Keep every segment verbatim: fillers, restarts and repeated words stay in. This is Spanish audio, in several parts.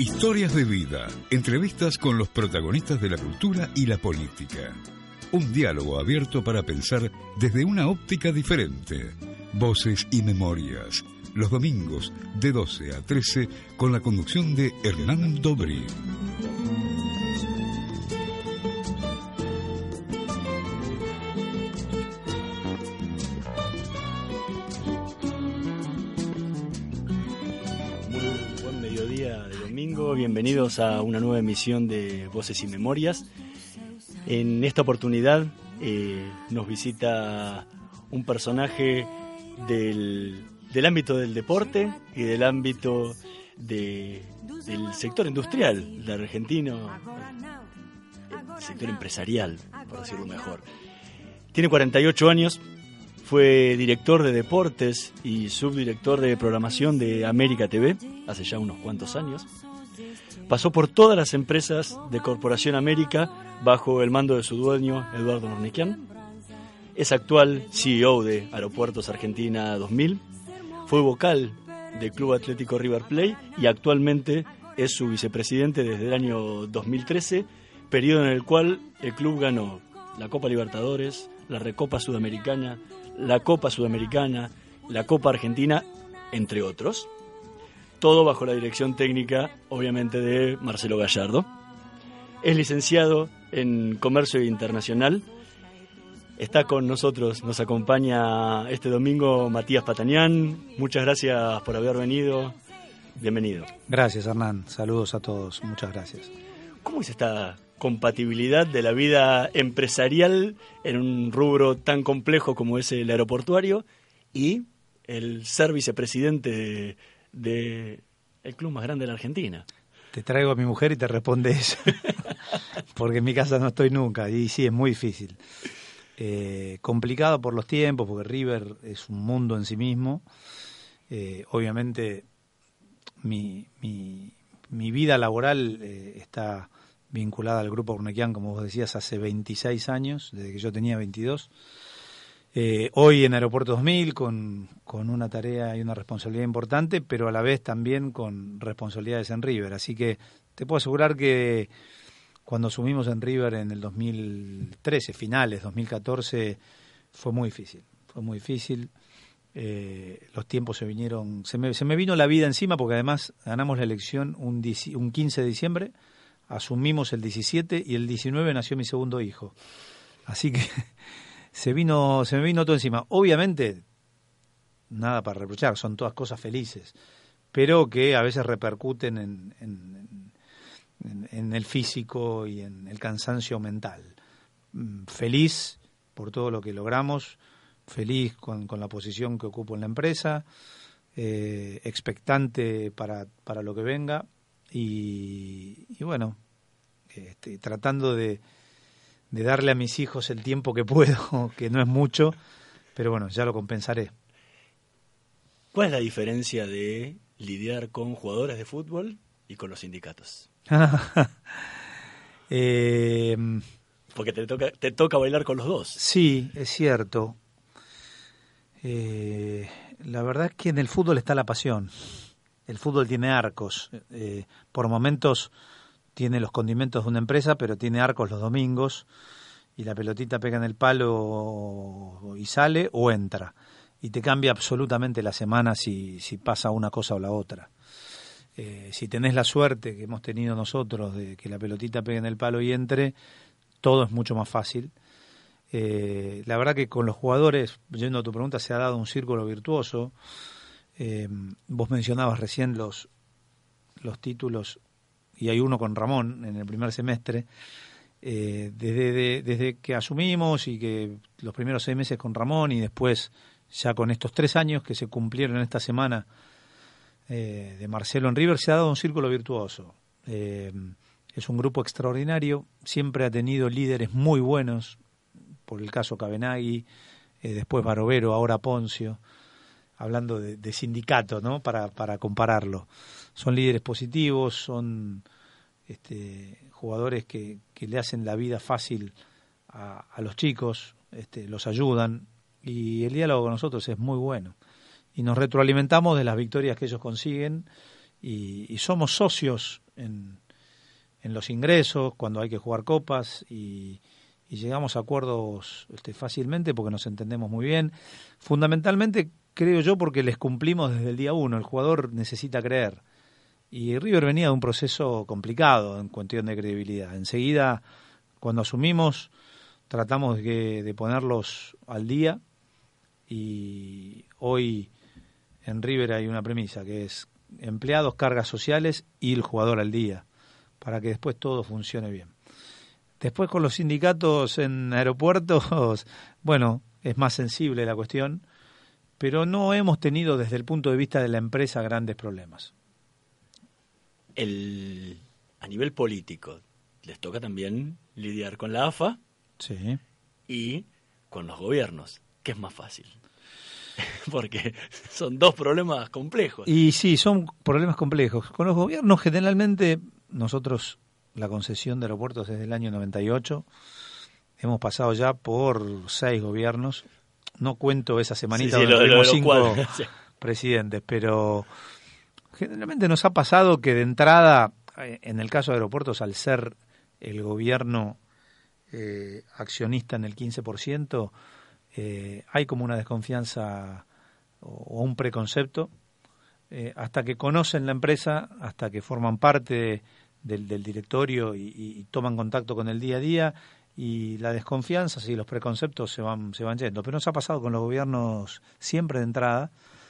Historias de vida, entrevistas con los protagonistas de la cultura y la política. Un diálogo abierto para pensar desde una óptica diferente. Voces y memorias, los domingos de doce a trece con la conducción de Hernán Dobrí. Bienvenidos a una nueva emisión de Voces y Memorias. En esta oportunidad eh, nos visita un personaje del, del ámbito del deporte y del ámbito de, del sector industrial de argentino, el sector empresarial, por decirlo mejor. Tiene cuarenta y ocho años, fue director de deportes y subdirector de programación de América T V hace ya unos cuantos años. Pasó por todas las empresas de Corporación América bajo el mando de su dueño, Eduardo Nornequian. Es actual C E O de Aeropuertos Argentina dos mil. Fue vocal del Club Atlético River Plate y actualmente es su vicepresidente desde el año dos mil trece, periodo en el cual el club ganó la Copa Libertadores, la Recopa Sudamericana, la Copa Sudamericana, la Copa Argentina, entre otros. Todo bajo la dirección técnica, obviamente, de Marcelo Gallardo. Es licenciado en Comercio Internacional. Está con nosotros, nos acompaña este domingo Matías Patanián. Muchas gracias por haber venido. Bienvenido. Gracias, Hernán. Saludos a todos. Muchas gracias. ¿Cómo es esta compatibilidad de la vida empresarial en un rubro tan complejo como es el aeroportuario y el ser vicepresidente de... de el club más grande de la Argentina? Te traigo a mi mujer y te responde eso, porque en mi casa no estoy nunca, y sí, es muy difícil. Eh, complicado por los tiempos, porque River es un mundo en sí mismo. Eh, obviamente mi, mi, mi vida laboral eh, está vinculada al Grupo Nornequian, como vos decías, hace veintiséis años, desde que yo tenía veintidós. Eh, hoy en Aeropuerto dos mil con, con una tarea y una responsabilidad importante, pero a la vez también con responsabilidades en River. Así que te puedo asegurar que cuando asumimos en River en el dos mil trece, finales dos mil catorce, fue muy difícil. Fue muy difícil. Eh, los tiempos se vinieron, se me, se me vino la vida encima porque además ganamos la elección un, un quince de diciembre, asumimos el diecisiete y el diecinueve nació mi segundo hijo. Así que... Se vino, se me vino todo encima. Obviamente, nada para reprochar, son todas cosas felices, pero que a veces repercuten en, en, en, en el físico y en el cansancio mental. Feliz por todo lo que logramos, feliz con, con la posición que ocupo en la empresa, eh, expectante para, para lo que venga y, y bueno, este, tratando de... de darle a mis hijos el tiempo que puedo, que no es mucho, pero bueno, ya lo compensaré. ¿Cuál es la diferencia de lidiar con jugadores de fútbol y con los sindicatos? eh, Porque te toca, te toca bailar con los dos. Sí, es cierto. Eh, la verdad es que en el fútbol está la pasión. El fútbol tiene arcos. Eh, por momentos... tiene los condimentos de una empresa, pero tiene arcos los domingos y la pelotita pega en el palo y sale o entra. Y te cambia absolutamente la semana si, si pasa una cosa o la otra. Eh, si tenés la suerte que hemos tenido nosotros de que la pelotita pegue en el palo y entre, todo es mucho más fácil. Eh, la verdad que con los jugadores, yendo a tu pregunta, se ha dado un círculo virtuoso. Eh, vos mencionabas recién los, los títulos, y hay uno con Ramón en el primer semestre, eh, desde, de, desde que asumimos y que los primeros seis meses con Ramón y después ya con estos tres años que se cumplieron esta semana eh, de Marcelo en River, se ha dado un círculo virtuoso. Eh, es un grupo extraordinario, siempre ha tenido líderes muy buenos, por el caso Cabenagui, eh, después Barovero, ahora Poncio, hablando de, de sindicato, ¿no? Para, para compararlo. Son líderes positivos, son este, jugadores que, que le hacen la vida fácil a, a los chicos, este, los ayudan, y el diálogo con nosotros es muy bueno. Y nos retroalimentamos de las victorias que ellos consiguen, y, y somos socios en, en los ingresos, cuando hay que jugar copas, y, y llegamos a acuerdos este, fácilmente porque nos entendemos muy bien. Fundamentalmente, creo yo, porque les cumplimos desde el día uno. El jugador necesita creer. Y River venía de un proceso complicado en cuestión de credibilidad. Enseguida, cuando asumimos, tratamos de, de ponerlos al día, y hoy en River hay una premisa que es empleados, cargas sociales y el jugador al día, para que después todo funcione bien. Después con los sindicatos en aeropuertos, bueno, es más sensible la cuestión, pero no hemos tenido desde el punto de vista de la empresa grandes problemas. El, a nivel político, les toca también lidiar con la A F A, sí, y con los gobiernos, que es más fácil. Porque son dos problemas complejos. Y sí, son problemas complejos. Con los gobiernos, generalmente, nosotros, la concesión de aeropuertos desde el año noventa y ocho, hemos pasado ya por seis gobiernos. No cuento esa semanita sí, sí, donde lo, tuvimos lo, lo cinco cual, sí. presidentes, pero generalmente nos ha pasado que de entrada, en el caso de aeropuertos, al ser el gobierno eh, accionista en el quince por ciento, eh, hay como una desconfianza o, o un preconcepto, eh, hasta que conocen la empresa, hasta que forman parte del, del directorio y, y toman contacto con el día a día, y la desconfianza y los preconceptos se van, se van yendo. Pero nos ha pasado con los gobiernos siempre de entrada,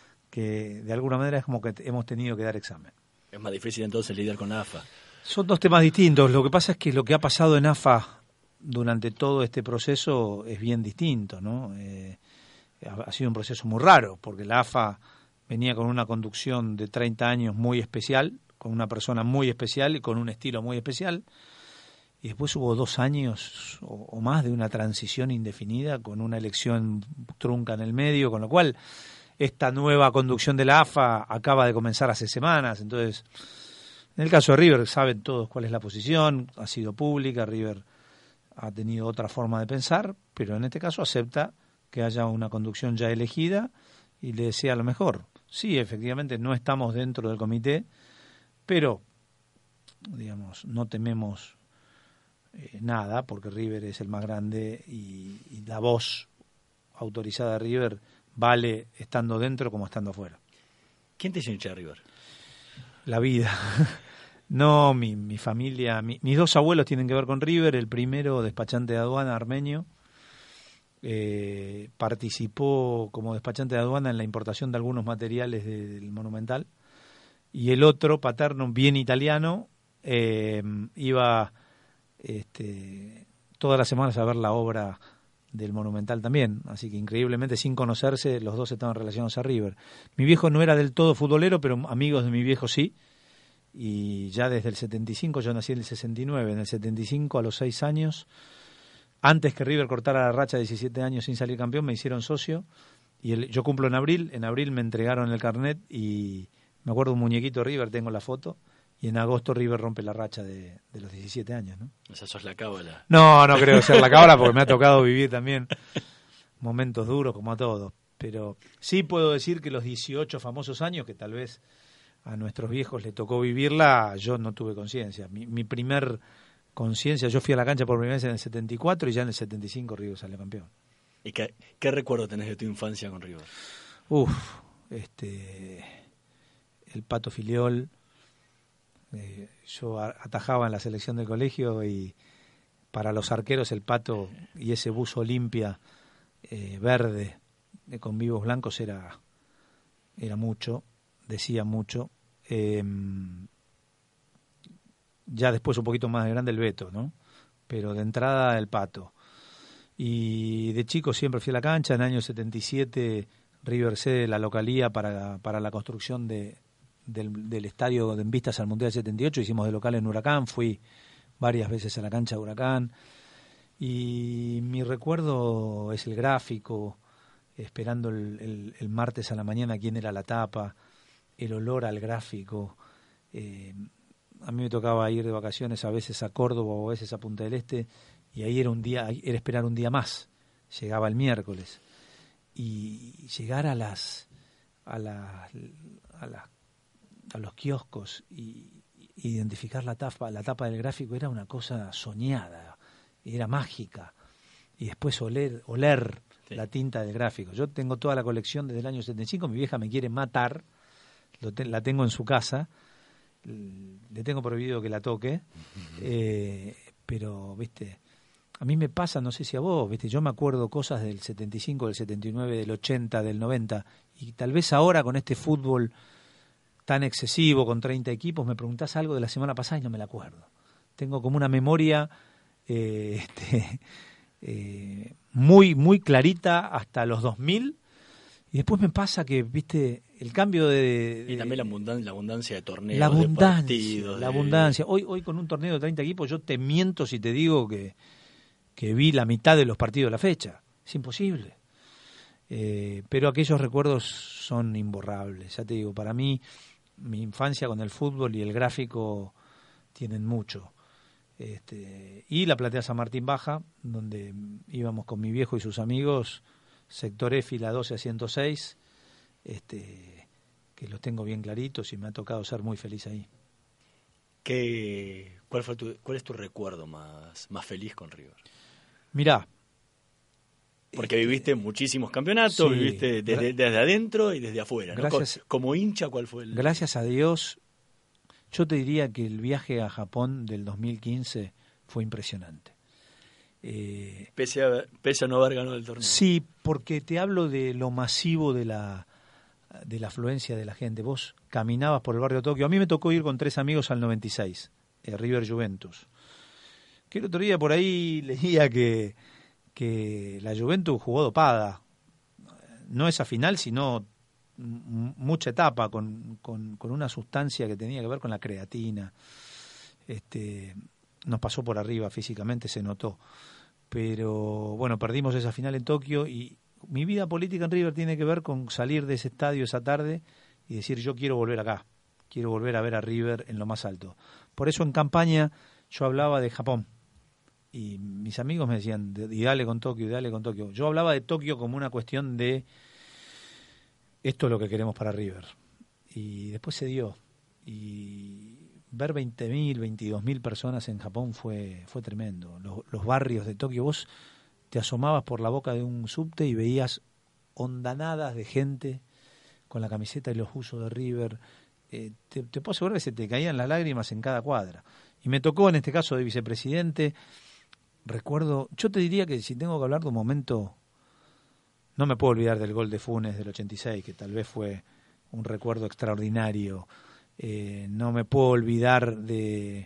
que de alguna manera es como que hemos tenido que dar examen. Es más difícil entonces lidiar con la A F A. Son dos temas distintos. Lo que pasa es que lo que ha pasado en A F A durante todo este proceso es bien distinto, ¿no? Eh, ha sido un proceso muy raro, porque la A F A venía con una conducción de treinta años muy especial, con una persona muy especial y con un estilo muy especial, y después hubo dos años o, o más de una transición indefinida, con una elección trunca en el medio, con lo cual esta nueva conducción de la A F A acaba de comenzar hace semanas. Entonces, en el caso de River, saben todos cuál es la posición, ha sido pública, River ha tenido otra forma de pensar, pero en este caso acepta que haya una conducción ya elegida y le desea lo mejor. Sí, efectivamente, no estamos dentro del comité, pero, digamos, no tememos eh, nada, porque River es el más grande y, y la voz autorizada de River vale estando dentro como estando afuera. ¿Quién te hizo hincha de River? La vida. No, mi, mi familia, mi, mis dos abuelos tienen que ver con River. El primero, despachante de aduana, armenio, eh, participó como despachante de aduana en la importación de algunos materiales de, del Monumental. Y el otro, paterno, bien italiano, eh, iba este, todas las semanas a ver la obra del Monumental también. Así que increíblemente, sin conocerse, los dos estaban relacionados a River. Mi viejo no era del todo futbolero, pero amigos de mi viejo sí. Y ya desde el setenta y cinco, yo nací en el sesenta y nueve, en el setenta y cinco, a los seis años, antes que River cortara la racha de diecisiete años sin salir campeón, me hicieron socio, y el, yo cumplo en abril, en abril me entregaron el carnet, y me acuerdo un muñequito River, tengo la foto, y en agosto River rompe la racha de, de los diecisiete años, ¿no? O sea, sos la cábala. No, no creo ser la cábala, porque me ha tocado vivir también momentos duros como a todos, pero sí puedo decir que los dieciocho famosos años, que tal vez a nuestros viejos le tocó vivirla, yo no tuve conciencia. Mi, mi primer conciencia, yo fui a la cancha por primera vez en el setenta y cuatro y ya en el setenta y cinco River salió campeón. ¿Y qué, qué recuerdo tenés de tu infancia con River? Uf, este, el Pato Filiol, eh, yo atajaba en la selección del colegio y para los arqueros el Pato y ese buzo Olimpia eh, verde eh, con vivos blancos era, era mucho. Decía mucho. Eh, ya después un poquito más grande el Beto, ¿no? Pero de entrada el Pato. Y de chico siempre fui a la cancha. En el año setenta y siete River cede la localía para, para la construcción de, del, del estadio en vistas al Mundial setenta y ocho. Hicimos de local en Huracán. Fui varias veces a la cancha de Huracán. Y mi recuerdo es el gráfico, esperando el, el, el martes a la mañana quién era la tapa, el olor al gráfico. Eh, a mí me tocaba ir de vacaciones a veces a Córdoba o a veces a Punta del Este, y ahí era un día, era esperar un día más. Llegaba el miércoles y llegar a las a las a las a los kioscos y, identificar la tapa, la tapa del gráfico era una cosa soñada, era mágica. Y después oler, oler sí. la tinta del gráfico. Yo tengo toda la colección desde el año setenta y cinco, mi vieja me quiere matar, lo te, la tengo en su casa, le tengo prohibido que la toque, eh, pero, viste, a mí me pasa, no sé si a vos, viste, yo me acuerdo cosas del setenta y cinco, del setenta y nueve, del ochenta, del noventa, y tal vez ahora con este fútbol tan excesivo, con treinta equipos, me preguntás algo de la semana pasada y no me la acuerdo. Tengo como una memoria... Eh, este, Eh, muy muy clarita hasta los dos mil, y después me pasa que, viste, el cambio de... de y también la abundancia, la abundancia de torneos, la abundancia, de partidos. La de... abundancia. Hoy, hoy con un torneo de treinta equipos yo te miento si te digo que, que vi la mitad de los partidos de la fecha. Es imposible. Eh, pero aquellos recuerdos son imborrables. Ya te digo, para mí, mi infancia con el fútbol y el gráfico tienen mucho. Este, y la platea San Martín Baja, donde íbamos con mi viejo y sus amigos, sector E, fila doce a ciento seis, este, que los tengo bien claritos y me ha tocado ser muy feliz ahí. ¿Qué, cuál, fue tu, ¿Cuál es tu recuerdo más, más feliz con River? Mirá. Porque este, viviste muchísimos campeonatos, sí, viviste desde, desde adentro y desde afuera, ¿no? Gracias, como hincha, ¿cuál fue el...? Gracias a Dios... Yo te diría que el viaje a Japón del dos mil quince fue impresionante. Eh, pese, a, pese a no haber ganado el torneo. Sí, porque te hablo de lo masivo de la, de la afluencia de la gente. Vos caminabas por el barrio de Tokio. A mí me tocó ir con tres amigos al noventa y seis, eh, River Juventus. Que el otro día por ahí leía que, que la Juventus jugó dopada. No esa final, sino... mucha etapa con, con, con una sustancia que tenía que ver con la creatina. Este, nos pasó por arriba físicamente, se notó. Pero bueno, perdimos esa final en Tokio y mi vida política en River tiene que ver con salir de ese estadio esa tarde y decir yo quiero volver acá, quiero volver a ver a River en lo más alto. Por eso en campaña yo hablaba de Japón y mis amigos me decían y dale con Tokio, y dale con Tokio. Yo hablaba de Tokio como una cuestión de esto es lo que queremos para River. Y después se dio. Y ver veinte mil, veintidós mil personas en Japón fue fue tremendo. Los, los barrios de Tokio, vos te asomabas por la boca de un subte y veías hondanadas de gente con la camiseta y los usos de River. Eh, te, te puedo asegurar que se te caían las lágrimas en cada cuadra. Y me tocó en este caso de vicepresidente. Recuerdo, yo te diría que si tengo que hablar de un momento... No me puedo olvidar del gol de Funes del ochenta y seis, que tal vez fue un recuerdo extraordinario. Eh, no me puedo olvidar de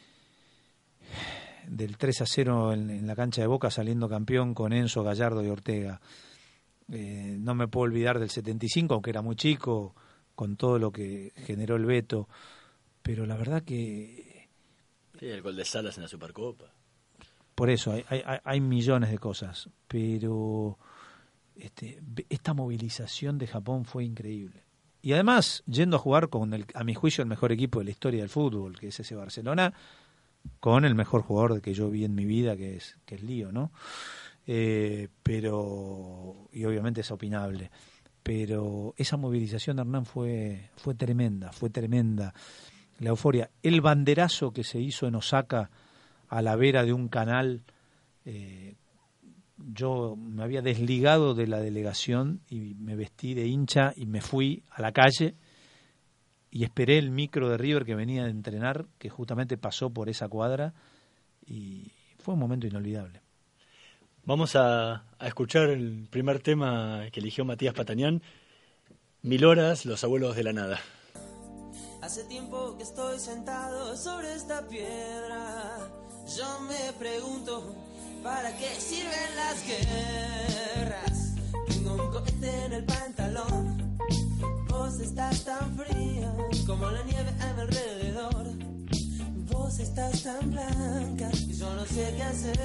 del tres a cero en, en la cancha de Boca saliendo campeón con Enzo, Gallardo y Ortega. Eh, no me puedo olvidar del setenta y cinco, aunque era muy chico, con todo lo que generó el Beto. Pero la verdad que... Sí, el gol de Salas en la Supercopa. Por eso, hay, hay, hay millones de cosas, pero... Este, esta movilización de Japón fue increíble. Y además, yendo a jugar con, el, a mi juicio, el mejor equipo de la historia del fútbol, que es ese Barcelona, con el mejor jugador que yo vi en mi vida, que es que es Lío, ¿no? Eh, pero, y obviamente es opinable, pero esa movilización, Hernán, fue, fue tremenda, fue tremenda. La euforia. El banderazo que se hizo en Osaka a la vera de un canal... Eh, yo me había desligado de la delegación y me vestí de hincha y me fui a la calle y esperé el micro de River que venía de entrenar, que justamente pasó por esa cuadra, y fue un momento inolvidable. Vamos a, a escuchar el primer tema que eligió Matías Patanián, Mil horas, Los abuelos de la nada. Hace tiempo que estoy sentado sobre esta piedra, yo me pregunto ¿para qué sirven las guerras? Tengo un cohete en el pantalón. Vos estás tan fría como la nieve a mi alrededor. Vos estás tan blanca y yo no sé qué hacer.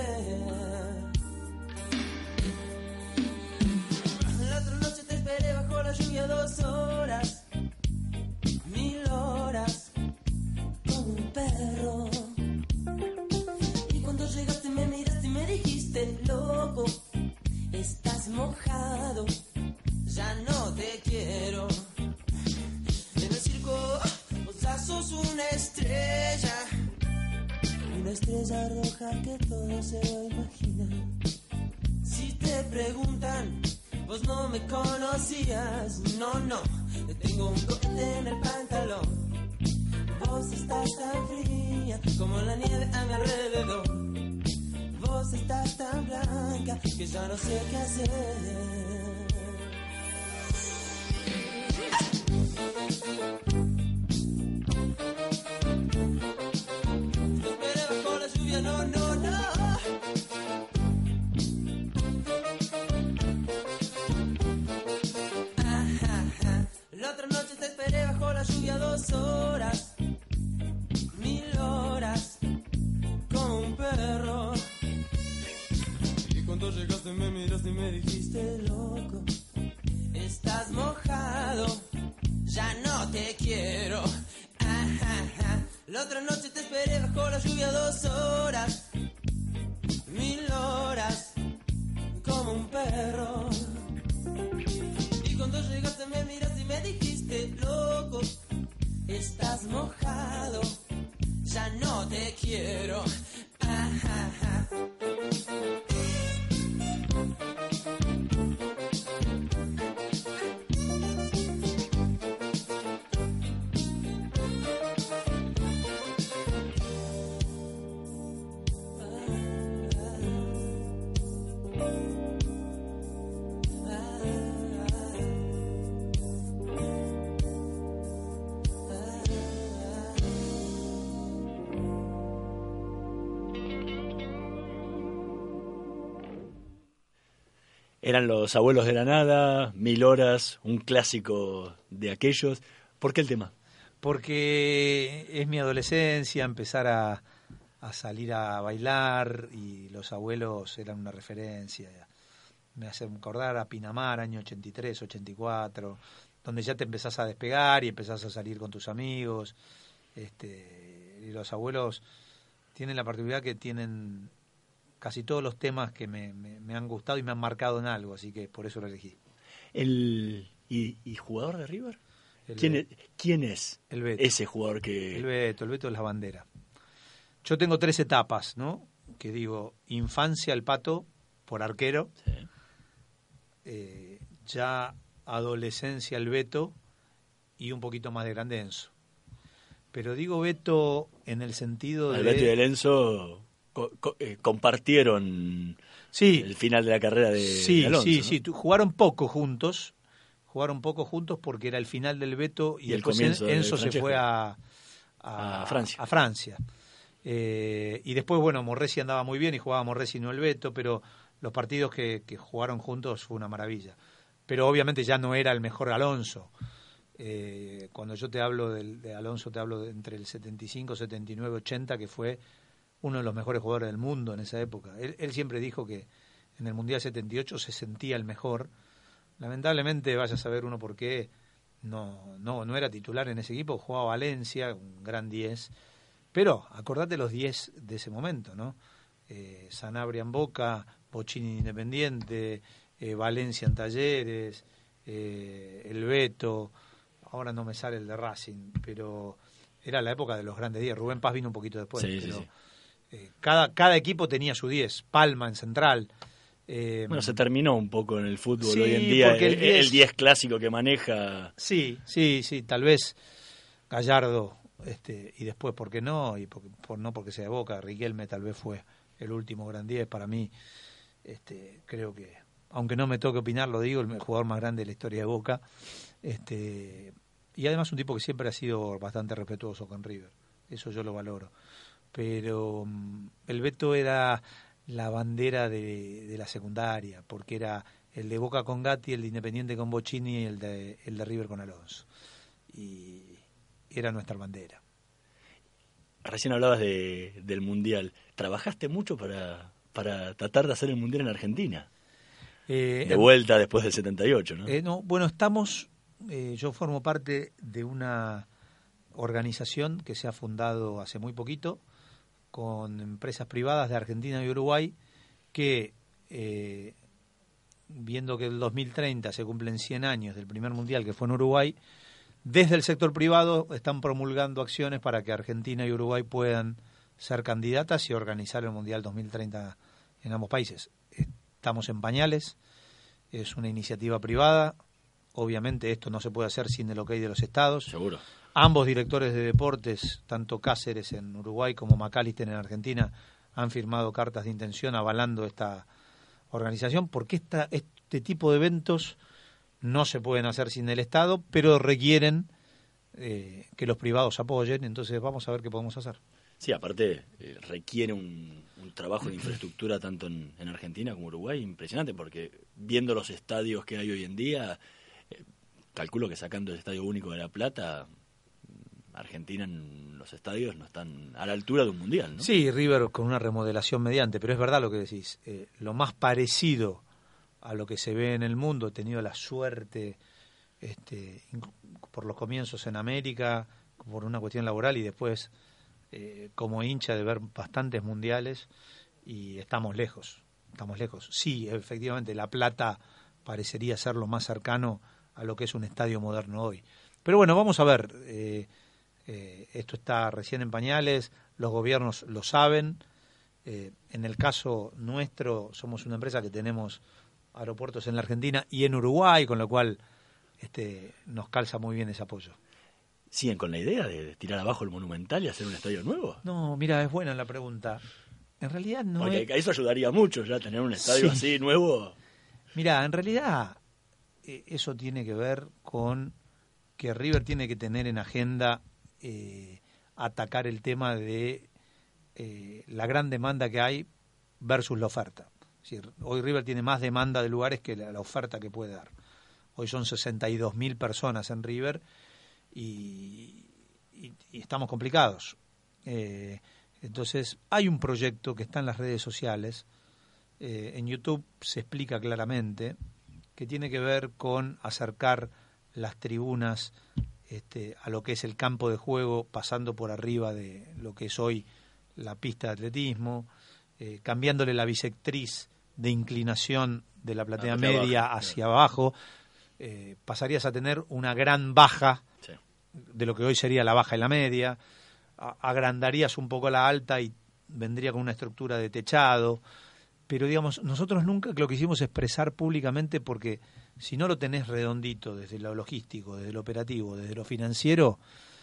La otra noche te esperé bajo la lluvia dos horas, mil horas, como un perro. Y cuando llegaste me miraste y me dijiste, loco, estás mojado, ya no te quiero. En el circo vos ya sos un estrella, una estrella roja que todo se lo imagina. Si te preguntan, vos no me conocías, no, no, tengo un cohete en el pantalón. Vos estás tan fría como la nieve a mi alrededor. Vos estás tan blanca que ya no sé qué hacer. Te esperé bajo la lluvia, no, no, no. Ah, ah, ah. La otra noche te esperé bajo la lluvia dos horas, mil horas, como un perro. Y cuando llegaste me miraste y me dijiste, loco, estás mojado, ya no te quiero. Ah, ah, ah. La otra noche te esperé bajo la lluvia dos horas, mil horas, como un perro. Y cuando llegaste me miraste y me dijiste, loco, estás mojado, ya no te quiero. Ah, ah, ah. Eran Los Abuelos de la Nada, Mil Horas, un clásico de aquellos. ¿Por qué el tema? Porque es mi adolescencia, empezar a, a salir a bailar y Los Abuelos eran una referencia. Me hace acordar a Pinamar, año ochenta y tres, ochenta y cuatro, donde ya te empezás a despegar y empezás a salir con tus amigos. Este, y Los Abuelos tienen la particularidad que tienen casi todos los temas que me, me, me han gustado y me han marcado en algo, así que por eso lo elegí. El ¿Y, y jugador de River? El ¿Quién es, ¿Quién es el Beto. ese jugador que...? El Beto, el Beto es la bandera. Yo tengo tres etapas, ¿no? Que digo, infancia, el Pato, por arquero. Sí. Eh, ya adolescencia, el Beto, y un poquito más de grande, Enzo. Pero digo Beto en el sentido de... El Beto y el Enzo co co eh, compartieron sí, el final de la carrera de, sí, de Alonso. Sí, ¿no? sí, jugaron poco juntos, jugaron poco juntos porque era el final del Beto y, y el después comienzo Enzo de se fue a, a, a Francia. A Francia. Eh, y después, bueno, Morresi andaba muy bien y jugaba Morresi, no el Beto, pero los partidos que, que jugaron juntos fue una maravilla. Pero obviamente ya no era el mejor Alonso. Eh, cuando yo te hablo de, de Alonso, te hablo de entre el setenta y cinco, setenta y nueve, ochenta, que fue uno de los mejores jugadores del mundo en esa época. Él, él siempre dijo que en el Mundial setenta y ocho se sentía el mejor. Lamentablemente, vaya a saber uno por qué, no, no, no era titular en ese equipo, jugaba Valencia, un gran diez. Pero acordate los diez de ese momento, ¿no? Eh, Sanabria en Boca, Bochini en Independiente, eh, Valencia en Talleres, eh, el Beto, ahora no me sale el de Racing, pero era la época de los grandes diez. Rubén Paz vino un poquito después, sí, pero sí, sí. Eh, cada, cada equipo tenía su diez, Palma en Central. Eh, bueno, se terminó un poco en el fútbol sí, hoy en día, porque el diez, el diez clásico que maneja. Sí, sí, sí, tal vez Gallardo, este, y después, ¿por qué no? Y por, por no porque sea de Boca, Riquelme tal vez fue el último gran diez para mí. Este, creo que, aunque no me toque opinar, lo digo, el jugador más grande de la historia de Boca. Este, y además un tipo que siempre ha sido bastante respetuoso con River. Eso yo lo valoro. Pero um, el Beto era la bandera de, de la secundaria, porque era el de Boca con Gatti, el de Independiente con Bochini y el de, el de River con Alonso. Y era nuestra bandera. Recién hablabas de, del Mundial. ¿Trabajaste mucho para, para tratar de hacer el Mundial en Argentina? Eh, de vuelta después del setenta y ocho, ¿no? Eh, no, bueno, estamos... Eh, yo formo parte de una organización que se ha fundado hace muy poquito con empresas privadas de Argentina y Uruguay que, eh, viendo que el dos mil treinta se cumplen cien años del primer mundial que fue en Uruguay, desde el sector privado están promulgando acciones para que Argentina y Uruguay puedan ser candidatas y organizar el Mundial dos mil treinta en ambos países. Estamos en pañales, es una iniciativa privada, obviamente esto no se puede hacer sin el ok de los estados. Seguro. Ambos directores de deportes, tanto Cáceres en Uruguay como McAllister en Argentina, han firmado cartas de intención avalando esta organización, porque esta, este tipo de eventos no se pueden hacer sin el Estado, pero requieren eh, que los privados apoyen, entonces vamos a ver qué podemos hacer. Sí, aparte eh, requiere un, un trabajo de infraestructura tanto en, en Argentina como Uruguay impresionante, porque viendo los estadios que hay hoy en día, eh, calculo que sacando el Estadio Único de La Plata, Argentina en los estadios no están a la altura de un mundial, ¿no? Sí, River con una remodelación mediante, pero es verdad lo que decís. Eh, lo más parecido a lo que se ve en el mundo, he tenido la suerte este, por los comienzos en América, por una cuestión laboral y después eh, como hincha de ver bastantes mundiales y estamos lejos, estamos lejos. Sí, efectivamente, La Plata parecería ser lo más cercano a lo que es un estadio moderno hoy. Pero bueno, vamos a ver... Eh, Eh, esto está recién en pañales, los gobiernos lo saben. Eh, en el caso nuestro, somos una empresa que tenemos aeropuertos en la Argentina y en Uruguay, con lo cual este, nos calza muy bien ese apoyo. ¿Siguen con la idea de tirar abajo el Monumental y hacer un estadio nuevo? No, mira, es buena la pregunta. En realidad no Porque es... eso ayudaría mucho, ya tener un estadio Sí. así nuevo. Mira, en realidad eh, eso tiene que ver con que River tiene que tener en agenda Eh, atacar el tema de eh, la gran demanda que hay versus la oferta. Es decir, hoy River tiene más demanda de lugares que la, la oferta que puede dar. Hoy son sesenta y dos mil personas en River y, y, y estamos complicados. Eh, entonces, hay un proyecto que está en las redes sociales, eh, en YouTube se explica claramente, que tiene que ver con acercar las tribunas Este, a lo que es el campo de juego, pasando por arriba de lo que es hoy la pista de atletismo, eh, cambiándole la bisectriz de inclinación de la platea hacia media abajo, hacia abajo, eh, pasarías a tener una gran baja Sí. de lo que hoy sería la baja y la media, a- agrandarías un poco la alta y vendría con una estructura de techado, pero digamos, nosotros nunca lo quisimos expresar públicamente porque si no lo tenés redondito desde lo logístico, desde lo operativo, desde lo financiero,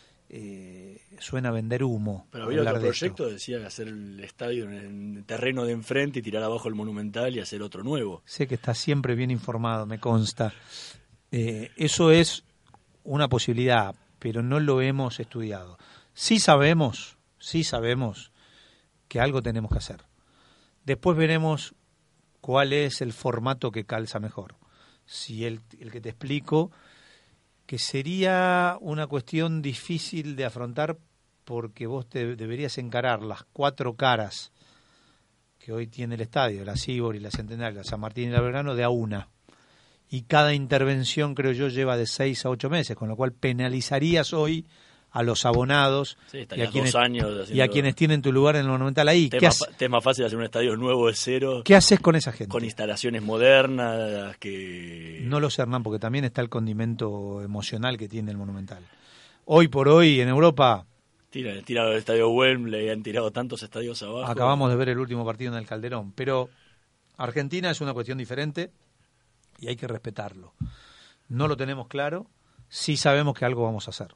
eh, suena a vender humo. Pero había hablar otro de esto. proyecto, decía hacer el estadio en el terreno de enfrente y tirar abajo el Monumental y hacer otro nuevo. Sé que estás siempre bien informado, me consta. Eh, eso es una posibilidad, pero no lo hemos estudiado. Sí sabemos, sí sabemos que algo tenemos que hacer. Después veremos cuál es el formato que calza mejor. Si el, el que te explico, que sería una cuestión difícil de afrontar porque vos te deberías encarar las cuatro caras que hoy tiene el estadio, la Sibor y la Centenario, la San Martín y la Belgrano, de a una. Y cada intervención, creo yo, lleva de seis a ocho meses, con lo cual penalizarías hoy a los abonados Sí, y, a estarías quienes, dos años y haciendo... a quienes tienen tu lugar en el Monumental ahí. ¿Qué, Tema, hace- fa- tema fácil de hacer un estadio nuevo de cero, ¿Qué haces con esa gente? con instalaciones modernas que... No lo sé, Hernán, porque también está el condimento emocional que tiene el Monumental. Hoy por hoy en Europa Tira, tira el estadio Wembley, han tirado tantos estadios abajo. acabamos de ver el último partido en el Calderón, pero Argentina es una cuestión diferente y hay que respetarlo. No lo tenemos claro, sí sabemos que algo vamos a hacer.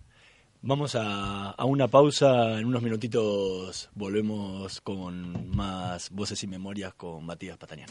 Vamos a, a una pausa, en unos minutitos volvemos con más Voces y Memorias con Matías Patañán.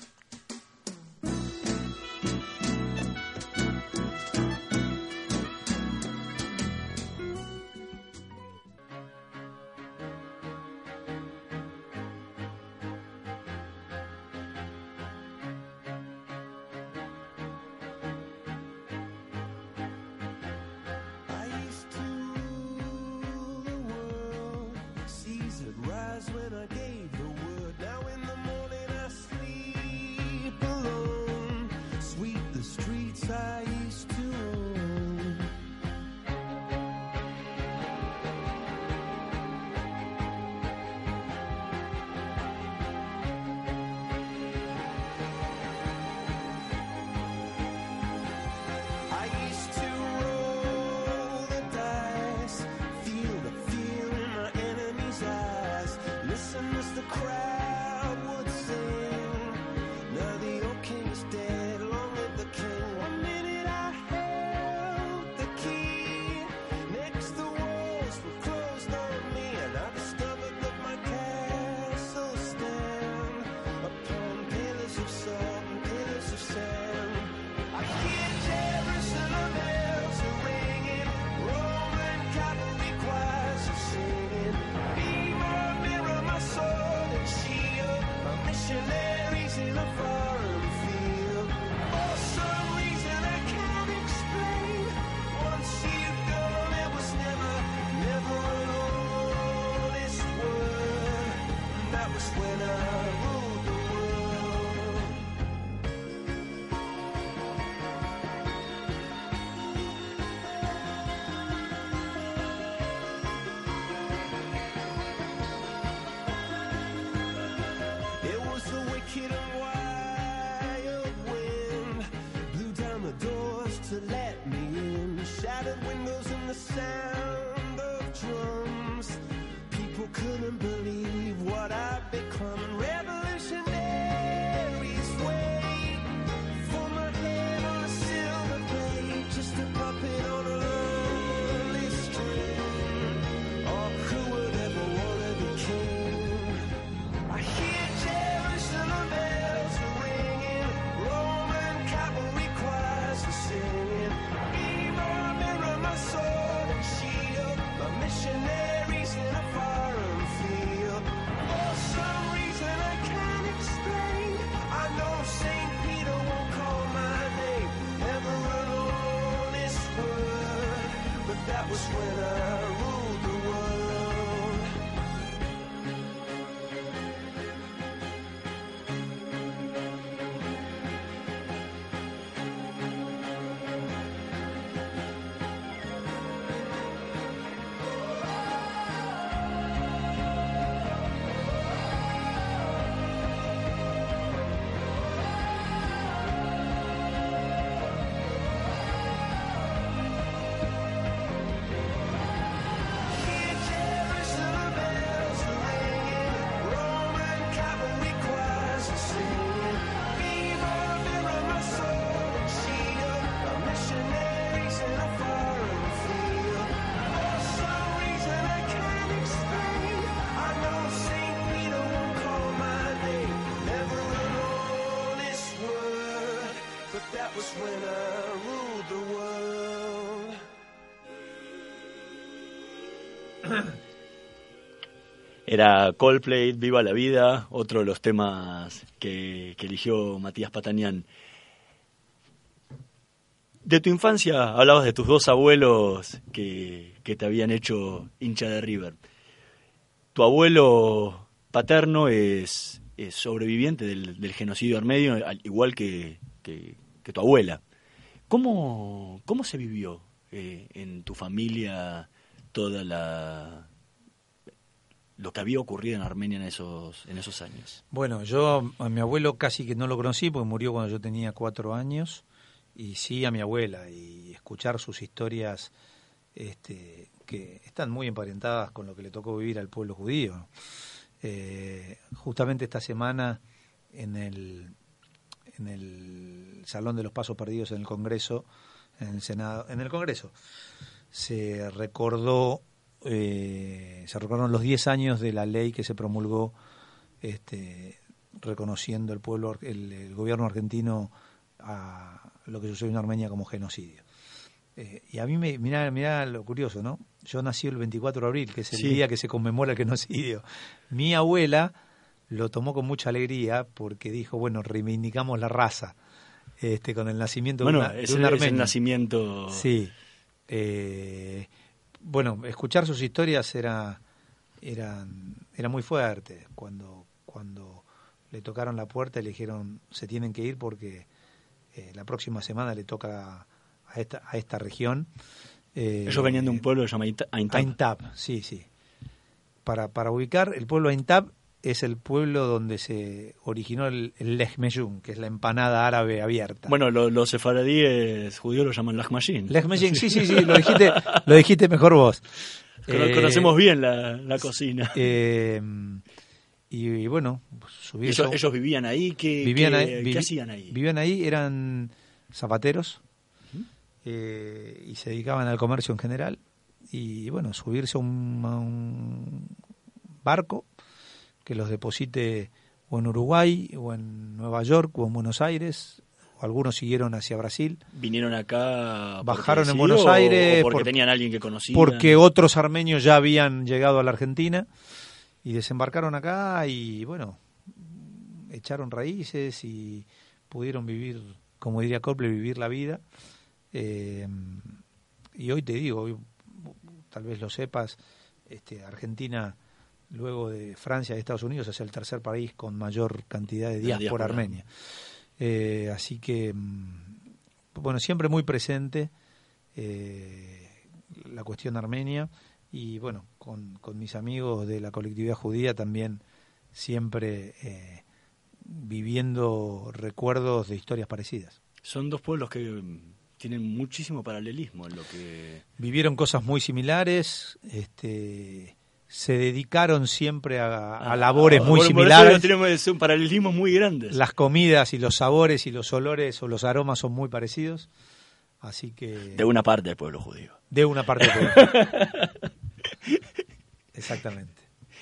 Rise when I gave the word. Now in the morning I sleep. was when I ruled the world. It was the wicked and wild wind blew down the doors to let me in, shattered windows and the sound of drums. People couldn't believe what I'd become. Revolutionaries wait for my head on a silver blade, just a puppet on a lonely string. Oh, who would ever wanna be king? I hear Jerusalem bells are ringing, Roman cavalry choirs are singing. Mirror, mirror, my sword and shield, my missionaries in a foreign field. For some reason I can't explain, I know Saint Peter won't call my name, never an honest word, but that was when I ruled the world. Hear Jerusalem bells are ringing, Roman cavalry choirs are singing. Mirror, mirror, my sword and shield, my missionaries in a foreign field. For some reason I can't explain, I know Saint Peter won't call my name, never an honest word, but that was when I ruled the world. Era Coldplay, Viva la Vida, otro de los temas que, que eligió Matías Patanián. De tu infancia hablabas de tus dos abuelos que, que te habían hecho hincha de River. Tu abuelo paterno es, es sobreviviente del, del genocidio armenio, al igual que, que, que tu abuela. ¿Cómo, cómo se vivió eh, en tu familia toda la... lo que había ocurrido en Armenia en esos en esos años? Bueno, yo a mi abuelo casi que no lo conocí porque murió cuando yo tenía cuatro años, y sí a mi abuela, y escuchar sus historias este, que están muy emparentadas con lo que le tocó vivir al pueblo judío. Eh, justamente esta semana en el, en el Salón de los Pasos Perdidos en el Congreso, en el Senado, en el Congreso, se recordó Eh, se recordaron los diez años de la ley que se promulgó este, reconociendo el pueblo el, el gobierno argentino a lo que sucedió en Armenia como genocidio. Eh, y a mí me mirá, mirá lo curioso, ¿no? Yo nací el veinticuatro de abril, que es el Sí. día que se conmemora el genocidio. Mi abuela lo tomó con mucha alegría porque dijo, bueno, reivindicamos la raza este, con el nacimiento Bueno, de, una, de ese un es armenio. el nacimiento... Sí. Eh, bueno, escuchar sus historias era, era, era muy fuerte. Cuando, cuando le tocaron la puerta y le dijeron, se tienen que ir porque eh, la próxima semana le toca a esta, a esta región. Eh, Ellos venían de un pueblo que se llama Aintab. Aintab, sí, sí. Para, para ubicar, el pueblo Aintab es el pueblo donde se originó el, el lehmeyun, que es la empanada árabe abierta. Bueno, lo, los sefaradíes judíos lo llaman lahmachin. Lehmeyun, sí, sí, sí, lo dijiste, lo dijiste mejor vos. Cono- Eh, Conocemos bien la, la cocina. Eh, y, y bueno, subir ellos, ellos vivían ahí, ¿qué, vivían qué, ahí, qué vivi- hacían ahí? Vivían ahí, eran zapateros eh, y se dedicaban al comercio en general. Y bueno, subirse a un, a un barco que los deposite o en Uruguay, o en Nueva York, o en Buenos Aires, o algunos siguieron hacia Brasil. ¿Vinieron acá? porque Bajaron en sí, Buenos o- Aires o porque por- tenían a alguien que conocían? Porque otros armenios ya habían llegado a la Argentina y desembarcaron acá y bueno, echaron raíces y pudieron vivir, como diría Coldplay, vivir la vida. Eh, y hoy te digo, hoy, tal vez lo sepas, este, Argentina luego de Francia y Estados Unidos, es el tercer país con mayor cantidad de diáspora, diáspora. armenia. Eh, así que, bueno, siempre muy presente eh, la cuestión armenia, y bueno, con, con mis amigos de la colectividad judía también siempre eh, viviendo recuerdos de historias parecidas. Son dos pueblos que tienen muchísimo paralelismo en lo que... Vivieron cosas muy similares, este, se dedicaron siempre a, a labores ah, muy bueno, similares. Tenemos un paralelismo muy grande. Las comidas y los sabores y los olores o los aromas son muy parecidos, así que... De una parte del pueblo judío. De una parte del pueblo. Exactamente.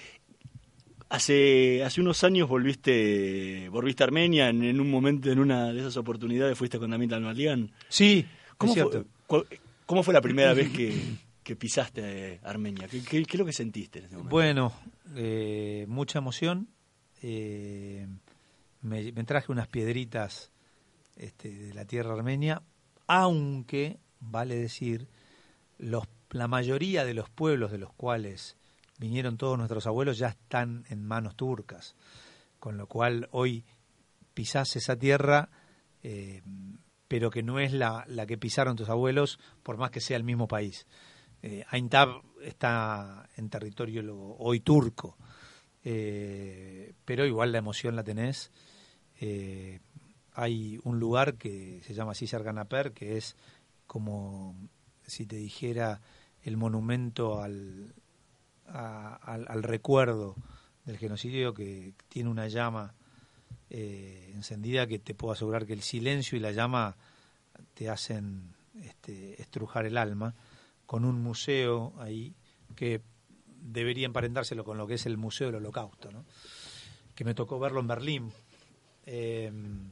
Hace hace unos años volviste volviste a Armenia, en, en un momento, en una de esas oportunidades fuiste con David Almalian. Sí, ¿Cómo es cierto. Fue, ¿Cómo fue la primera vez que, que pisaste Armenia? ¿Qué, qué, ¿Qué es lo que sentiste en ese momento? Bueno, eh, mucha emoción. Eh, me, me traje unas piedritas este, de la tierra armenia, aunque, vale decir, los, la mayoría de los pueblos de los cuales vinieron todos nuestros abuelos ya están en manos turcas, con lo cual hoy pisás esa tierra, eh, pero que no es la, la que pisaron tus abuelos, por más que sea el mismo país. Eh, Aintab está en territorio lo, hoy turco, eh, pero igual la emoción la tenés. Eh, hay un lugar que se llama Cisar Ganaper, que es como si te dijera el monumento al... A, al, al recuerdo del genocidio, que tiene una llama eh, encendida que te puedo asegurar que el silencio y la llama te hacen este, estrujar el alma, con un museo ahí que debería emparentárselo con lo que es el Museo del Holocausto, ¿no? Que me tocó verlo en Berlín. Eh,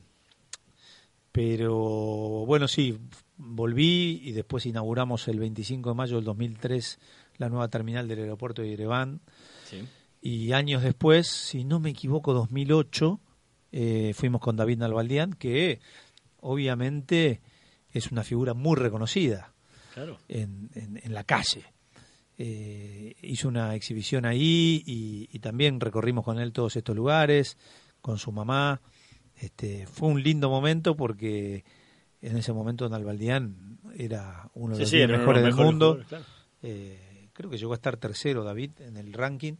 pero bueno, sí, volví y después inauguramos el veinticinco de mayo del dos mil tres la nueva terminal del aeropuerto de Yerevan. Sí. Y años después, si no me equivoco, dos mil ocho, eh, fuimos con David Nalbandian, que obviamente es una figura muy reconocida. Claro. en, en, en la calle. Eh, hizo una exhibición ahí y, y también recorrimos con él todos estos lugares, con su mamá. Este, fue un lindo momento porque en ese momento Nalbandian era uno de sí, los sí, mejores del mundo. Jugadores, claro. eh, Creo que llegó a estar tercero David en el ranking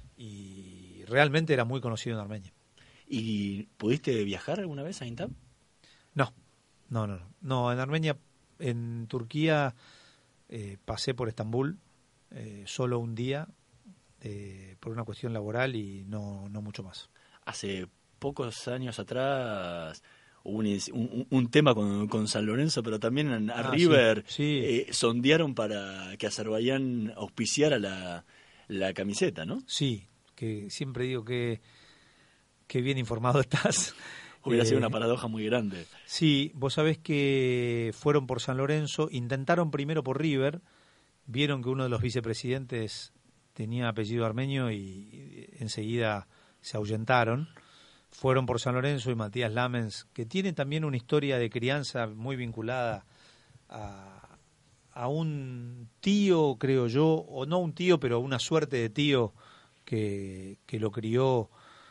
y realmente era muy conocido en Armenia. ¿Y pudiste viajar alguna vez a Aintab? No, no, no, no. No, en Armenia, en Turquía eh, pasé por Estambul eh, solo un día eh, por una cuestión laboral y no, no mucho más. Hace pocos años atrás hubo un, un, un tema con, con San Lorenzo, pero también en, a ah, River sí, sí. Eh, sondearon para que Azerbaiyán auspiciara la, la camiseta, ¿no? Sí, que siempre digo que, que bien informado estás. Hubiera eh, sido una paradoja muy grande. Sí, vos sabés que fueron por San Lorenzo, intentaron primero por River, vieron que uno de los vicepresidentes tenía apellido armenio y, y enseguida se ahuyentaron. Fueron por San Lorenzo y Matías Lamens, que tiene también una historia de crianza muy vinculada a, a un tío, creo yo, o no un tío, pero una suerte de tío que, que lo crió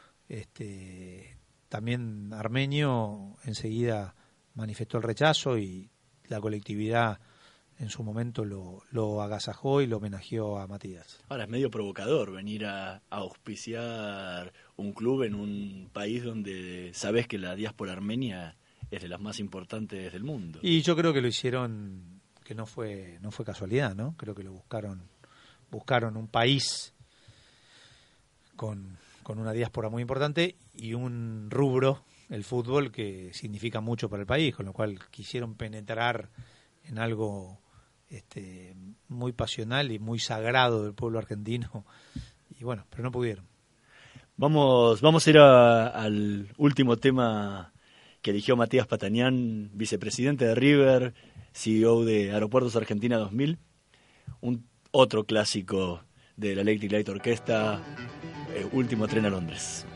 este, también armenio, enseguida manifestó el rechazo y la colectividad en su momento lo, lo agasajó y lo homenajeó a Matías. Ahora, es medio provocador venir a, a auspiciar un club en un país donde sabes que la diáspora armenia es de las más importantes del mundo. Y yo creo que lo hicieron, que no fue no fue casualidad, ¿no? Creo que lo buscaron buscaron un país con, con una diáspora muy importante y un rubro, el fútbol, que significa mucho para el país, con lo cual quisieron penetrar en algo este, muy pasional y muy sagrado del pueblo argentino, y bueno, pero no pudieron. Vamos, vamos a ir a, al último tema que eligió Matías Patanián, vicepresidente de River, C E O de Aeropuertos Argentina dos mil, un otro clásico de la Electric Light Orquesta, eh, Último Tren a Londres.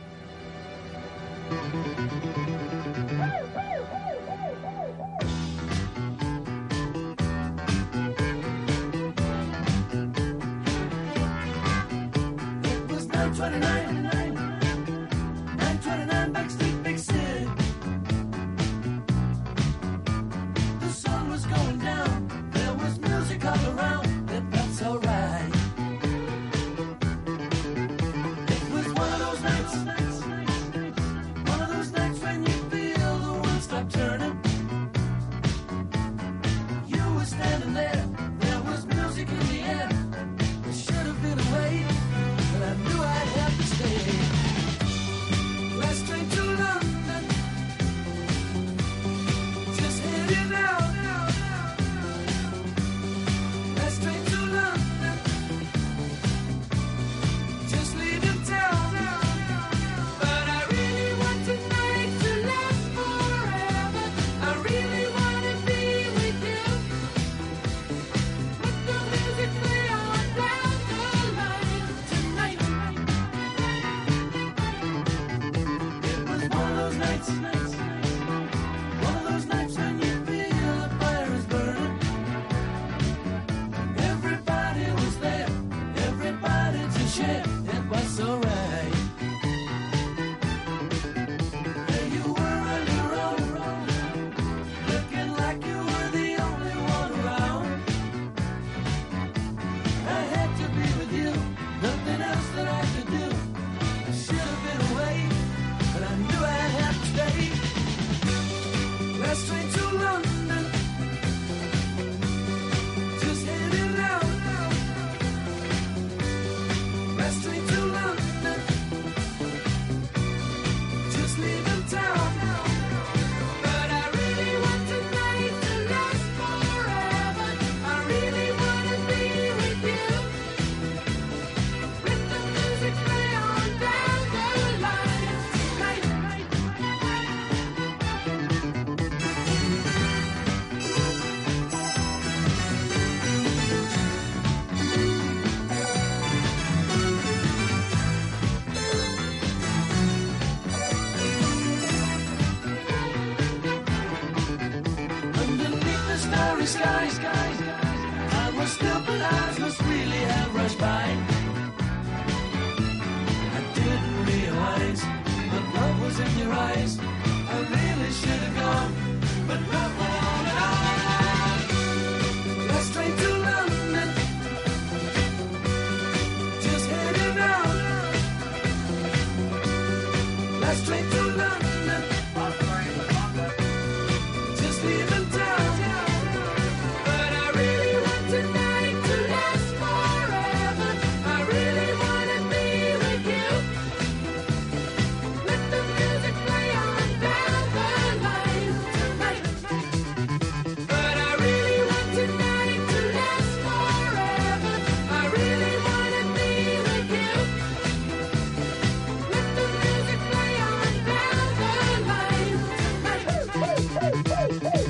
It was the nine twenty-nine, nine twenty-nine Backstreet Big City. The sun was going down, there was music all around, and that's alright. It was one of those nights, one of those nights when you feel the world stop turning. You were standing there, there was music in the air. It should have been away, but I knew I'd have to stay. Last train to London, just heading out. Last train to London, just leaving town. But I really want tonight to last forever. I really want to be with you. Let the music play on down the line tonight. It was one of those nights, one of those nights when you feel the fire is burning. Everybody was there, everybody to share. It was alright. There you were on your own, looking like you were the only one around. I had to be with you, nothing else that I could do. I should have been away, but I knew I'd have to stay. Last train to London, just heading out. Last train to London, just leaving town. But I really want tonight to last forever. I really want to be with you. Let the music play on down the line tonight. Underneath the starry sky, I was still, but eyes must really have rushed by. I didn't realize the love was in your eyes. I really should have gone, but not for long at all. Last train to London, just heading out. Last train to London, just leaving town. But I really want tonight to last forever. I really want to be with you. Let the music play on down the line tonight. But I really want tonight to last forever. I really want to be with you. Let the music play on down the line tonight.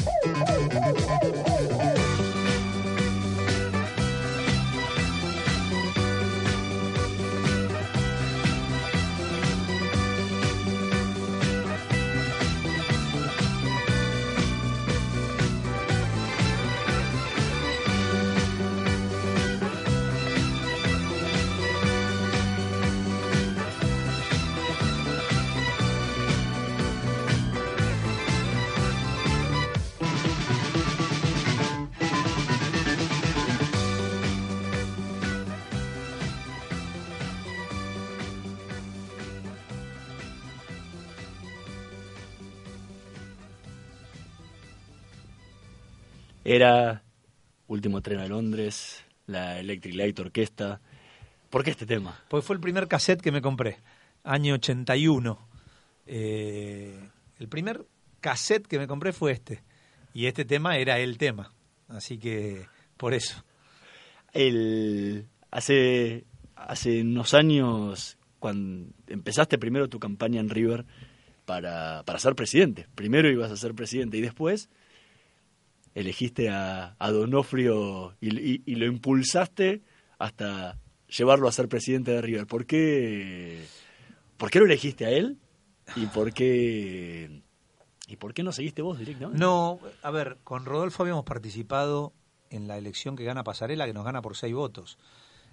Era Último Tren a Londres, la Electric Light Orquesta. ¿Por qué este tema? Porque fue el primer cassette que me compré, año ochenta y uno. Eh, el primer cassette que me compré fue este. Y este tema era el tema. Así que, por eso. El, hace, hace unos años, cuando empezaste primero tu campaña en River para, para ser presidente. Primero ibas a ser presidente y después elegiste a, a Donofrio y, y, y lo impulsaste hasta llevarlo a ser presidente de River. ¿Por qué, por qué lo elegiste a él? ¿Y por qué, y por qué no seguiste vos directamente? No, a ver, con Rodolfo habíamos participado en la elección que gana Pasarela, que nos gana por seis votos.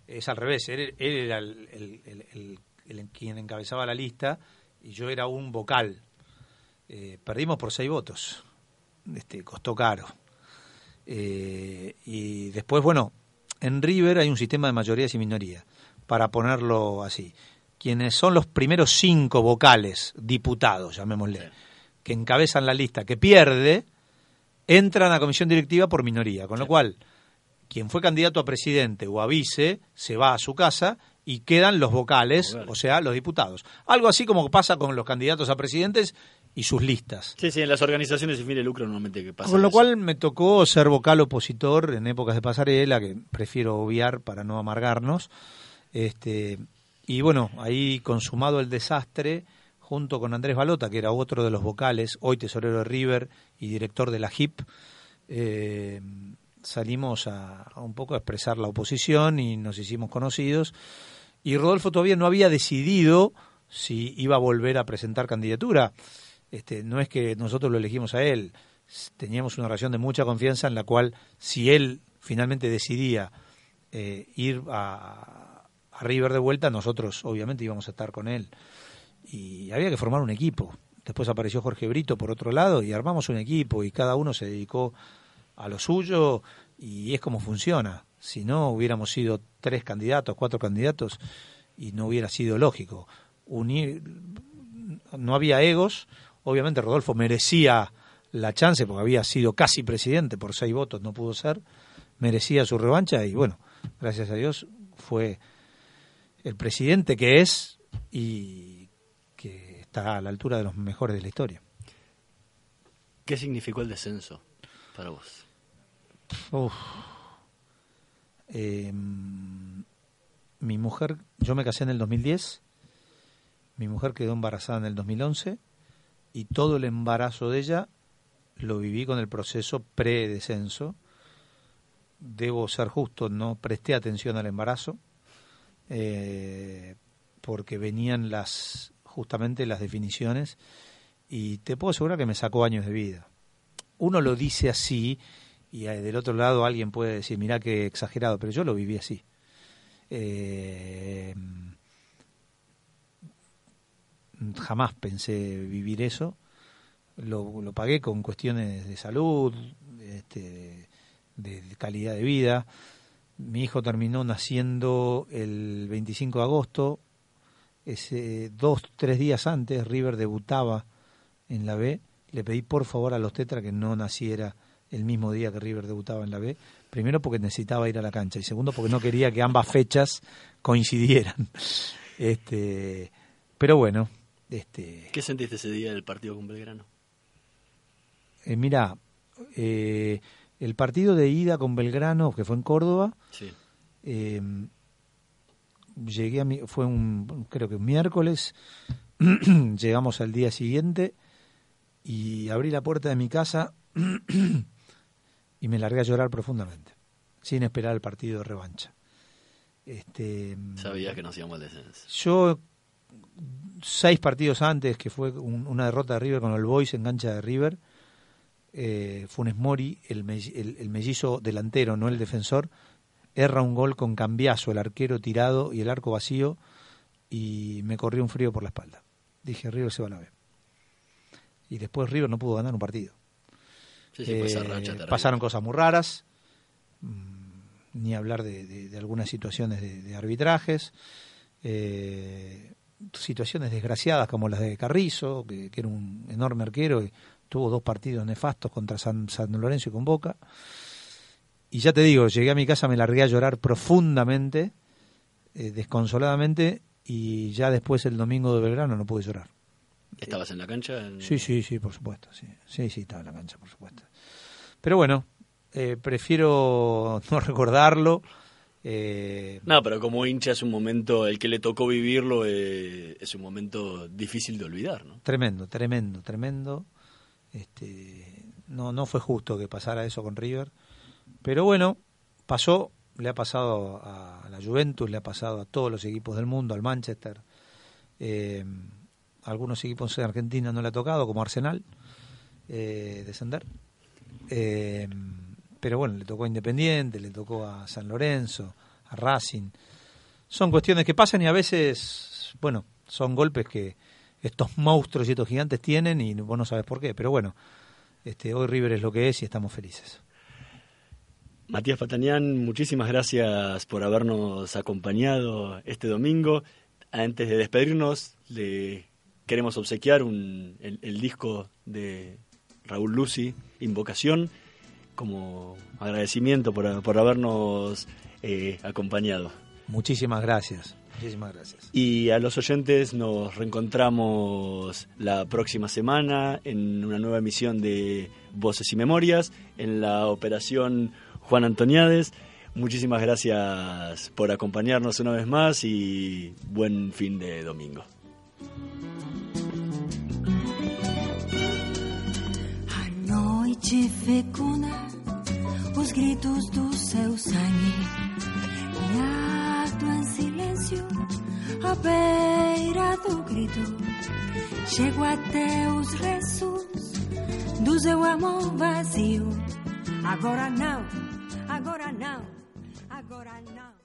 es al revés, él, él era el, el, el, el, el quien encabezaba la lista y yo era un vocal. Eh, perdimos por seis votos, este, costó caro. Eh, y después, bueno, en River hay un sistema de mayorías y minorías, para ponerlo así. Quienes son los primeros cinco vocales, diputados, llamémosle, sí, que encabezan la lista, que pierde, entran a comisión directiva por minoría, con sí. lo cual, quien fue candidato a presidente o a vice, se va a su casa y quedan los vocales, vocales, o sea, los diputados. Algo así como pasa con los candidatos a presidentes y sus listas. Sí, sí, en las organizaciones sin fin de lucro normalmente que pasa. Con lo eso. cual me tocó ser vocal opositor en épocas de pasarela, que prefiero obviar para no amargarnos. Este, y bueno, ahí consumado el desastre, junto con Andrés Balota, que era otro de los vocales, hoy tesorero de River y director de la H I P, eh, salimos a, a un poco a expresar la oposición y nos hicimos conocidos. Y Rodolfo todavía no había decidido si iba a volver a presentar candidatura. Este, no es que nosotros lo elegimos a él, teníamos una relación de mucha confianza en la cual si él finalmente decidía eh, ir a, a River de vuelta, nosotros obviamente íbamos a estar con él. Y había que formar un equipo. Después apareció Jorge Brito por otro lado y armamos un equipo y cada uno se dedicó a lo suyo y es como funciona. Si no, hubiéramos sido tres candidatos, cuatro candidatos y no hubiera sido lógico. Unir, no había egos. Obviamente Rodolfo merecía la chance porque había sido casi presidente, por seis votos no pudo ser, merecía su revancha y bueno, gracias a Dios fue el presidente que es y que está a la altura de los mejores de la historia. ¿Qué significó el descenso para vos? Uf. Eh, mi mujer, yo me casé en el dos mil diez, mi mujer quedó embarazada en el dos mil once y todo el embarazo de ella lo viví con el proceso predescenso. Debo ser justo, no presté atención al embarazo eh, porque venían las justamente las definiciones y te puedo asegurar que me sacó años de vida. Uno lo dice así y del otro lado alguien puede decir, mirá qué exagerado, pero yo lo viví así. Eh, jamás pensé vivir eso. Lo, lo pagué con cuestiones de salud, este, de, de calidad de vida. Mi hijo terminó naciendo el veinticinco de agosto. Ese, dos, tres días antes, River debutaba en la B. Le pedí por favor a los Tetra que no naciera el mismo día que River debutaba en la B. Primero porque necesitaba ir a la cancha y segundo porque no quería que ambas fechas coincidieran. Este, pero bueno. Este, ¿Qué sentiste ese día del partido con Belgrano? Eh, mirá, eh, el partido de ida con Belgrano, que fue en Córdoba, sí. eh, llegué a mi, fue un, creo que un miércoles, llegamos al día siguiente y abrí la puerta de mi casa y me largué a llorar profundamente, sin esperar el partido de revancha. Este, Sabías que nos íbamos al descenso. Yo, seis partidos antes, que fue un, una derrota de River con el Boys en cancha de River, eh, Funes Mori, el, me, el, el mellizo delantero, no el defensor, erra un gol con Cambiaso, el arquero tirado y el arco vacío, y me corrió un frío por la espalda. Dije, River se va a la B. Y después River no pudo ganar un partido. Sí, sí, eh, esa racha pasaron cosas muy raras, ni hablar de, de, de algunas situaciones de, de arbitrajes, eh, situaciones desgraciadas como las de Carrizo, que, que era un enorme arquero y tuvo dos partidos nefastos contra San, San Lorenzo y con Boca. Y ya te digo, llegué a mi casa, me largué a llorar profundamente, eh, desconsoladamente, y ya después el domingo de Belgrano no pude llorar. ¿Estabas en la cancha? En... Sí, sí, sí, por supuesto. Sí, sí, sí, estaba en la cancha, por supuesto. Pero bueno, eh, prefiero no recordarlo. Eh... No, pero como hincha es un momento, el que le tocó vivirlo, eh, es un momento difícil de olvidar, ¿no? Tremendo, tremendo, tremendo. Este, no, no fue justo que pasara eso con River. Pero bueno, pasó, le ha pasado a la Juventus, le ha pasado a todos los equipos del mundo, al Manchester. Eh, algunos equipos en Argentina no le ha tocado, como Arsenal, eh, descender. Eh, pero bueno, le tocó a Independiente, le tocó a San Lorenzo, a Racing. son cuestiones que pasan y a veces, bueno, son golpes que estos monstruos y estos gigantes tienen y vos no sabes por qué, pero bueno, este, hoy River es lo que es y estamos felices. Matías Patanián, muchísimas gracias por habernos acompañado este domingo. Antes de despedirnos, le queremos obsequiar un, el, el disco de Raúl Luzi, Invocación, como agradecimiento por, por habernos eh, acompañado. Muchísimas gracias. Muchísimas gracias. Y a los oyentes nos reencontramos la próxima semana en una nueva emisión de Voces y Memorias, en la operación Juan Antoniades. Muchísimas gracias por acompañarnos una vez más y buen fin de domingo. A noite fecunda os gritos do seu sangue, guiado em silêncio à beira do grito, chego até os restos do seu amor vazio. Agora não, agora não, agora não.